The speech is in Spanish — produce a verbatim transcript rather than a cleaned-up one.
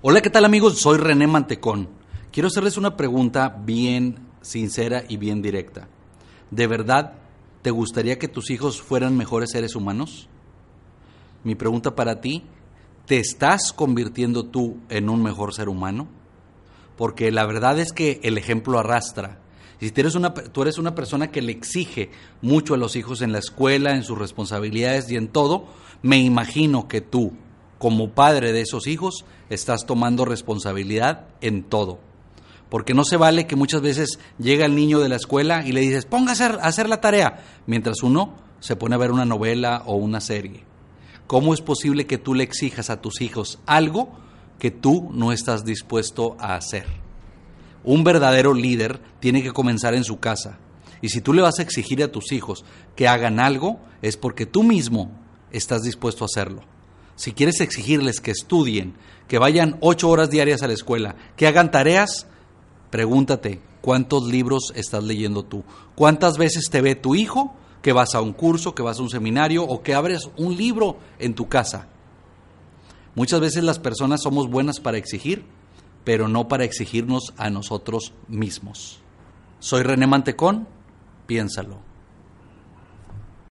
Hola, ¿qué tal amigos? Soy René Mantecón. Quiero hacerles una pregunta bien sincera y bien directa. ¿De verdad te gustaría que tus hijos fueran mejores seres humanos? Mi pregunta para ti, ¿te estás convirtiendo tú en un mejor ser humano? Porque la verdad es que el ejemplo arrastra. Si tú eres una, tú eres una persona que le exige mucho a los hijos en la escuela, en sus responsabilidades y en todo, me imagino que tú, como padre de esos hijos, estás tomando responsabilidad en todo. Porque no se vale que muchas veces llega el niño de la escuela y le dices, póngase a hacer, a hacer la tarea, mientras uno se pone a ver una novela o una serie. ¿Cómo es posible que tú le exijas a tus hijos algo que tú no estás dispuesto a hacer? Un verdadero líder tiene que comenzar en su casa. Y si tú le vas a exigir a tus hijos que hagan algo, es porque tú mismo estás dispuesto a hacerlo. Si quieres exigirles que estudien, que vayan ocho horas diarias a la escuela, que hagan tareas, pregúntate, ¿cuántos libros estás leyendo tú? ¿Cuántas veces te ve tu hijo que vas a un curso, que vas a un seminario o que abres un libro en tu casa? Muchas veces las personas somos buenas para exigir, pero no para exigirnos a nosotros mismos. Soy René Mantecón, piénsalo.